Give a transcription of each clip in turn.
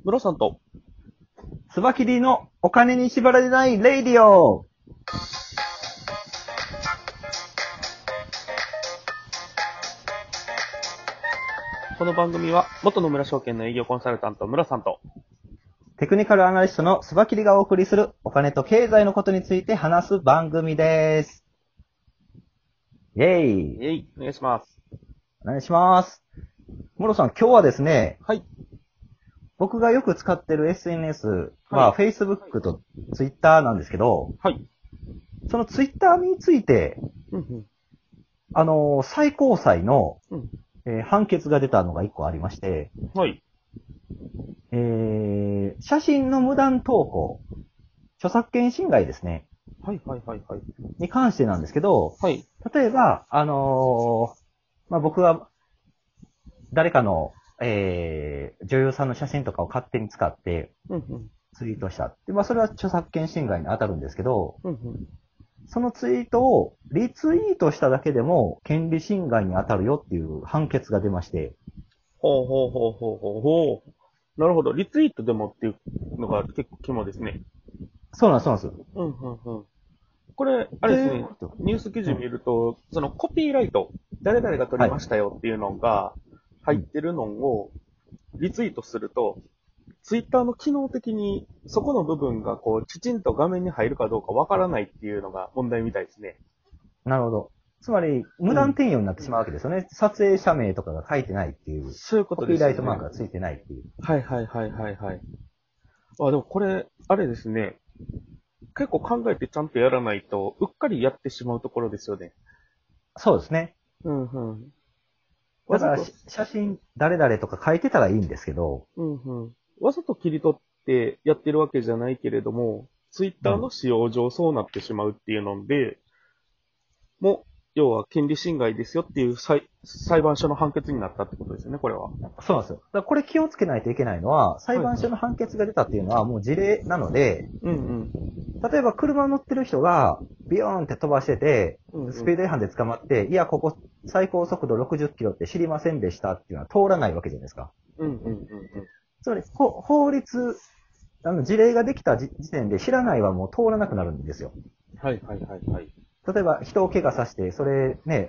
ムロさんと、 スバキリのお金に縛られないレイディオ。 この番組は、元野村証券の営業コンサルタント、ムロさんと、 テクニカルアナリストのスバキリがお送りするお金と経済のことについて話す番組です。イェイ。 お願いします。 お願いします。ムロさん、今日はですね、 はい。 僕がよく使ってる SNS はは Facebook と Twitter なんですけど、 はい。 その Twitter について、最高裁の、判決が出たのが一個ありまして、 はい。 写真の無断投稿、著作権侵害ですね。 はい。 に関してなんですけど、 はい。 例えば、僕は誰かの、女優さんの写真とかを勝手に使ってツイートした。で、それは著作権侵害に当たるんですけど、そのツイートをリツイートしただけでも権利侵害に当たるよっていう判決が出まして。 ほう。なるほど。リツイートでもっていうのが結構肝ですね。 そうなんです。 これ、あれですね、ニュース記事見ると、そのコピーライト、誰々が取りましたよっていうのが入ってるのをリツイートすると、ツイッターの機能的にそこの部分がこう、きちんと画面に入るかどうかわからないっていうのが問題みたいですね。 なるほど。つまり、無断転用になってしまうわけですよね。撮影者名とかが書いてないっていう。 そういうことですね。 コピーライトマークがついてないっていう。 はい。あ、でもこれ、あれですね。結構考えてちゃんとやらないと、うっかりやってしまうところですよね。 そうですね。だから、写真誰々とか書いてたらいいんですけど。 わざと切り取ってやってるわけじゃないけれども、ツイッターの使用上そうなってしまうっていうので、もう、要は権利侵害ですよっていう裁判所の判決になったってことですよね、これは。 そうなんですよ。だからこれ気をつけないといけないのは、裁判所の判決が出たっていうのはもう事例なので、例えば車乗ってる人がビヨーンって飛ばしてて、スピード違反で捕まって、いや、ここ最高速度60キロって知りませんでしたっていうのは通らないわけじゃないですか。つまり、法律、事例ができた時点で知らないはもう通らなくなるんですよ。 はい。 例えば、人を怪我させて、それね、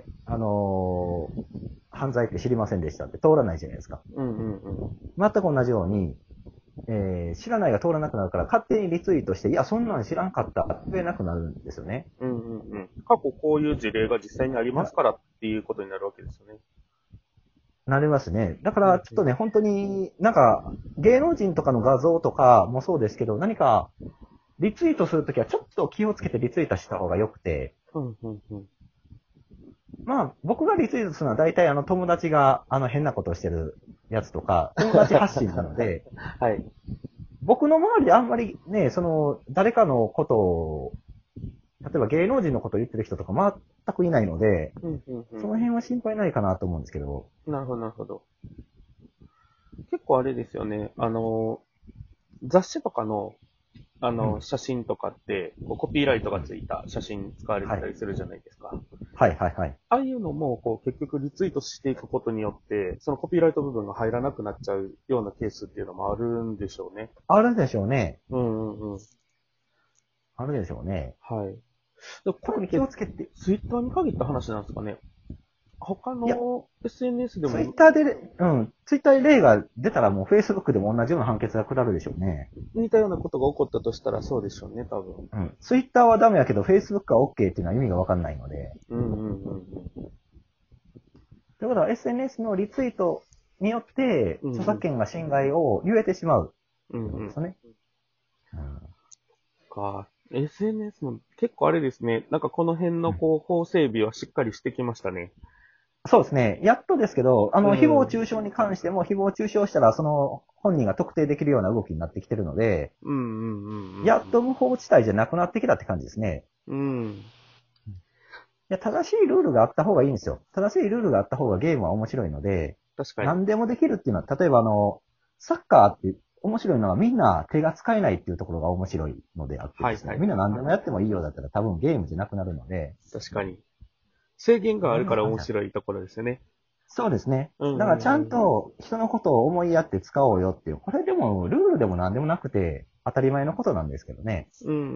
犯罪って知りませんでしたって通らないじゃないですか。全く同じように、知らないが通らなくなるから、勝手にリツイートして、いや、そんなん知らんかったって言えなくなるんですよね。 過去こういう事例が実際にありますからっていうことになるわけですよね。 なりますね。だから、ちょっとね、本当に、なんか、芸能人とかの画像とかもそうですけど、何か、リツイートするときはちょっと気をつけてリツイートした方が良くて、僕がリツイートするのは大体友達が変なことをしてるやつとか、友達発信なので、僕の周りであんまりね、誰かのことを、例えば芸能人のことを言ってる人とか全くいないので、その辺は心配ないかなと思うんですけど。 なるほど。結構あれですよね。雑誌とかの写真とかって、コピーライトがついた写真使われてたりするじゃないですか。 はい。 ああいうのも、結局リツイートしていくことによって、そのコピーライト部分が入らなくなっちゃうようなケースっていうのもあるんでしょうね。 あるでしょうね。 あるでしょうね。 はい。 これ気をつけて。 ツイッターに限った話なんですかね。他の SNS でも。 ツイッターで例が出たらもう Facebook でも同じような判決が下るでしょうね。 似たようなことが起こったとしたらそうでしょうね、多分。 ツイッターはダメやけど Facebook は OK っていうのは意味がわかんないので。ということは SNS のリツイートによって著作権が侵害を言えてしまう。ですね。 SNS も結構あれですね。なんかこの辺の法整備はしっかりしてきましたね。 そうですね。やっとですけど、誹謗中傷に関しても、誹謗中傷したら、その本人が特定できるような動きになってきてるので、やっと無法地帯じゃなくなってきたって感じですね。正しいルールがあった方がいいんですよ。正しいルールがあった方がゲームは面白いので、 確かに。 何でもできるっていうのは、例えばサッカーって面白いのはみんな手が使えないっていうところが面白いのであってですね、みんな何でもやってもいいようだったら多分ゲームじゃなくなるので。 確かに。制限があるから面白いところですよね。 そうですね。だからちゃんと人のことを思いやって使おうよっていう、これでもルールでも何でもなくて当たり前のことなんですけどね。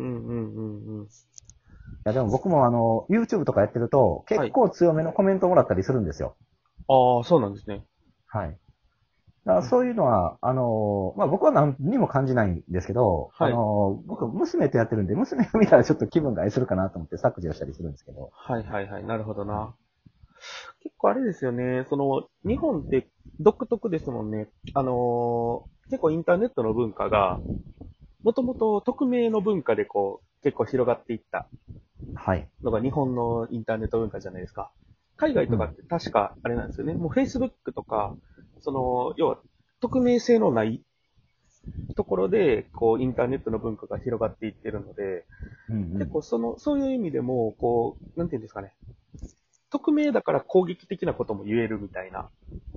いやでも僕もYouTube とかやってると結構強めのコメントもらったりするんですよ。 ああ、そうなんですね。 はい。だからそういうのは、まあ、僕は何にも感じないんですけど、 はい、 僕、娘とやってるんで、娘が見たらちょっと気分が害するかなと思って削除したりするんですけど。 はいはいはい。なるほどな。結構あれですよね。日本って独特ですもんね。結構インターネットの文化が、もともと匿名の文化で結構広がっていったはい。 のが日本のインターネット文化じゃないですか。海外とかって確かあれなんですよね。もう Facebook とか、要は匿名性のないところで、インターネットの文化が広がっていってるので、結構そういう意味でも、なんていうんですかね。匿名だから攻撃的なことも言えるみたいな、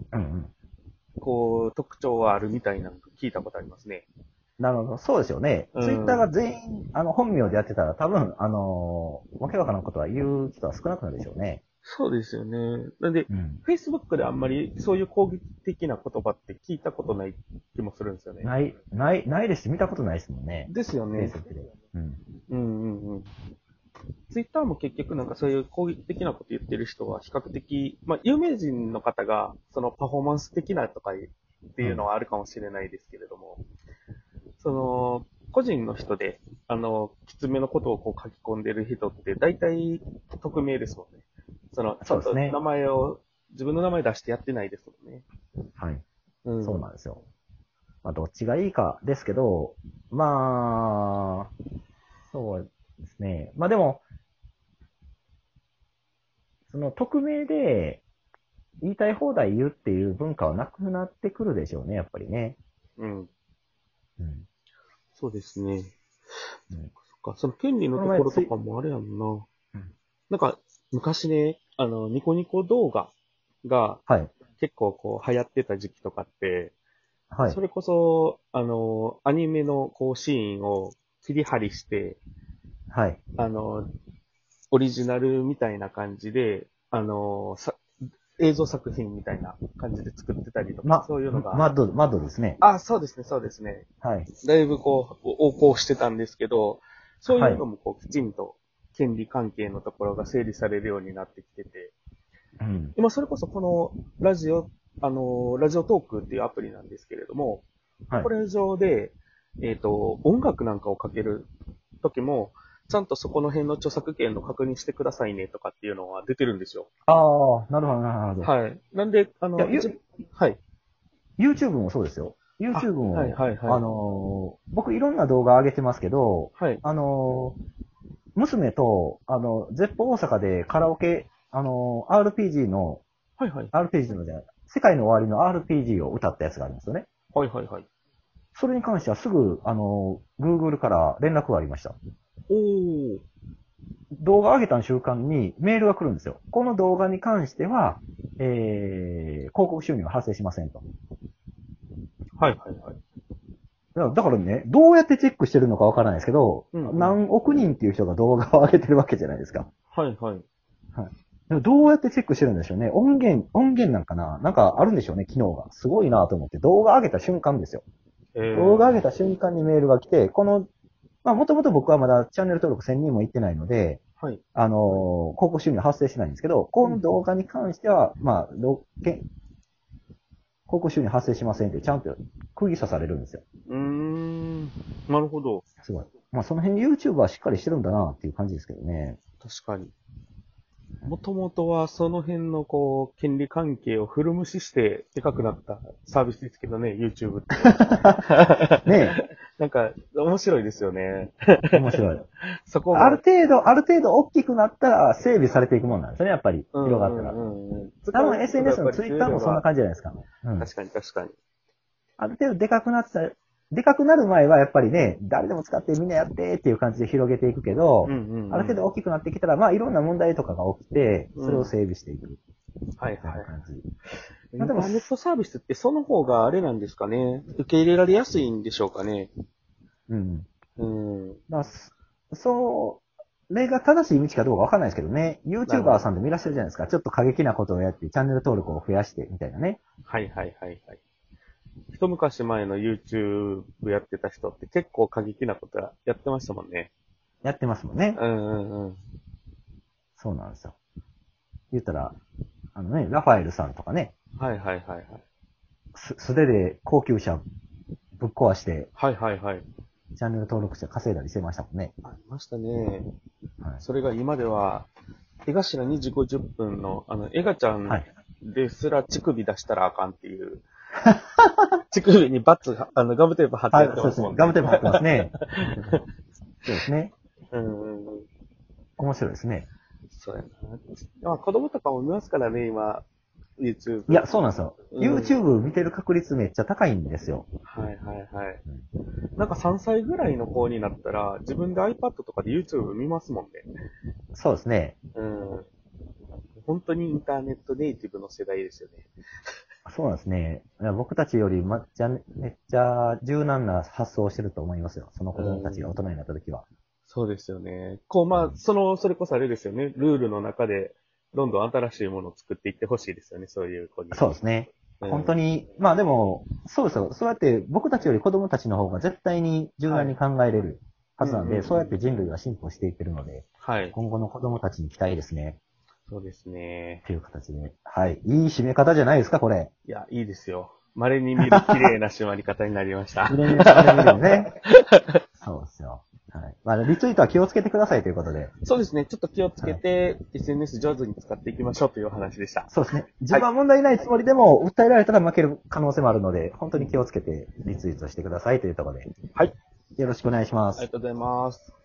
特徴はあるみたいなの聞いたことありますね。 なるほど。そうですよね。ツイッターが全員、本名でやってたら多分、わけわからんことは言う人は少なくなるでしょうね。 そうですよね。なんで、Facebook であんまりそういう攻撃的な言葉って聞いたことない気もするんですよね。 ないですし、見たことないですもんね。 ですよね。 Facebook で。 ツイッターも結局なんかそういう攻撃的なこと言ってる人は比較的、まあ有名人の方がそのパフォーマンス的なとかっていうのはあるかもしれないですけれども、個人の人で、きつめのことを書き込んでる人って大体匿名ですもんね。ちょっと名前を、自分の名前出してやってないですもんね。 はい。そうなんですよ。まあ、どっちがいいかですけど、まあ、そうですね。まあでも、匿名で言いたい放題言うっていう文化はなくなってくるでしょうね、やっぱりね。 そうですね。そっか、その権利のところとかもあれやんな。なんか、昔ね、ニコニコ動画が結構流行ってた時期とかって、それこそ、アニメのシーンを切り張りして、オリジナルみたいな感じで、映像作品みたいな感じで作ってたりとか、そういうのが。 マッドですね。 あ、そうですね、そうですね。だいぶ横行してたんですけど、そういうのもきちんと権利関係のところが整理されるようになってきてて、今それこそこのラジオトークっていうアプリなんですけれども、これ上で、音楽なんかをかけるときも、ちゃんとそこの辺の著作権の確認してくださいねとかっていうのは出てるんですよ。 ああ、なるほど、なるほど。 はい。なんで、はい。 YouTube もそうですよ。YouTube も、僕いろんな動画上げてますけど、娘と、ゼップ大阪でカラオケ、RPG の、RPG のじゃない、世界の終わりの RPG を歌ったやつがありますよね。それに関してはすぐ、Google から連絡がありました。動画上げた瞬間にメールが来るんですよ。この動画に関しては、広告収入は発生しませんと。だからね、どうやってチェックしてるのかわからないですけど、何億人っていう人が動画を上げてるわけじゃないですか。でもどうやってチェックしてるんでしょうね。音源なんかな、なんかあるんでしょうね、機能が。すごいなと思って、動画上げた瞬間ですよ。動画上げた瞬間にメールが来て、まあ、もともと僕はまだチャンネル登録1000人も行ってないので、広告収入発生してないんですけど、この動画に関しては、まあ、広告収入発生しませんってちゃんと釘刺されるんですよ。 なるほど。 すごい。まあ、その辺 YouTube はしっかりしてるんだなっていう感じですけどね。 確かに。もともとはその辺の権利関係を古無視してでかくなったサービスですけどね、YouTube って。ねえ。なんか、面白いですよね。 面白い。そこある程度大きくなったら整備されていくもんなんですよね、やっぱり。広がったら。多分 SNS の Twitter もそんな感じじゃないですか。 確かに確かに。 ある程度でかくなる前はやっぱりね、誰でも使ってみんなやってっていう感じで広げていくけど、ある程度大きくなってきたら、まあいろんな問題とかが起きて、それを整備していく。 はいはい。インターネットサービスってその方があれなんですかね。受け入れられやすいんでしょうかね。 れが正しい道かどうかわかんないですけどね。YouTuber さんでもいらっしゃるじゃないですか。ちょっと過激なことをやって、チャンネル登録を増やして、みたいなね。 はいはいはいはい。一昔前の YouTube やってた人って結構過激なことやってましたもんね。 やってますもんね。 うんうんうん。 そうなんですよ。言ったら、ラファエルさんとかね。 はいはいはいはい。 素手で高級車ぶっ壊して、 はいはいはい。 チャンネル登録者稼いだりしてましたもんね。 ありましたね。 はい、 それが今では、江頭2時50分の、エガちゃんですら乳首出したらあかんっていう。乳首にバツ、ガムテープ貼ってやってますもんね。 はい、そうですね。ガムテープ貼ってますね。そうですね。 うん。 面白いですね。 そうやな。まあ、子供とかも見ますからね、今、YouTube。 いや、そうなんですよ。YouTube 見てる確率めっちゃ高いんですよ。 はいはいはい。なんか3歳ぐらいの子になったら、自分で iPad とかで YouTube 見ますもんね。 そうですね。 本当にインターネットネイティブの世代ですよね。 そうなんですね。いや僕たちよりめっちゃ柔軟な発想をしてると思いますよ。その子供たちが大人になった時は。 そうですよね。まあ、それこそあれですよね。ルールの中で、どんどん新しいものを作っていってほしいですよね、そういう子に。 そうですね。本当に、まあでも、そうですよ。そうやって僕たちより子供たちの方が絶対に柔軟に考えれるはずなんで、そうやって人類は進歩していってるので、 はい。 今後の子供たちに期待ですね。 そうですね。 っていう形で。はい。いい締め方じゃないですか、これ。 いや、いいですよ。稀に見る綺麗な締まり方になりました。 綺麗な締めるね。そうですよ。はい。まあ、リツイートは気をつけてくださいということで。 そうですね。ちょっと気をつけて、SNS 上手に使っていきましょうというお話でした。 そうですね。自分は問題ないつもりでも、訴えられたら負ける可能性もあるので、本当に気をつけてリツイートしてくださいというところで。 はい。 よろしくお願いします。 ありがとうございます。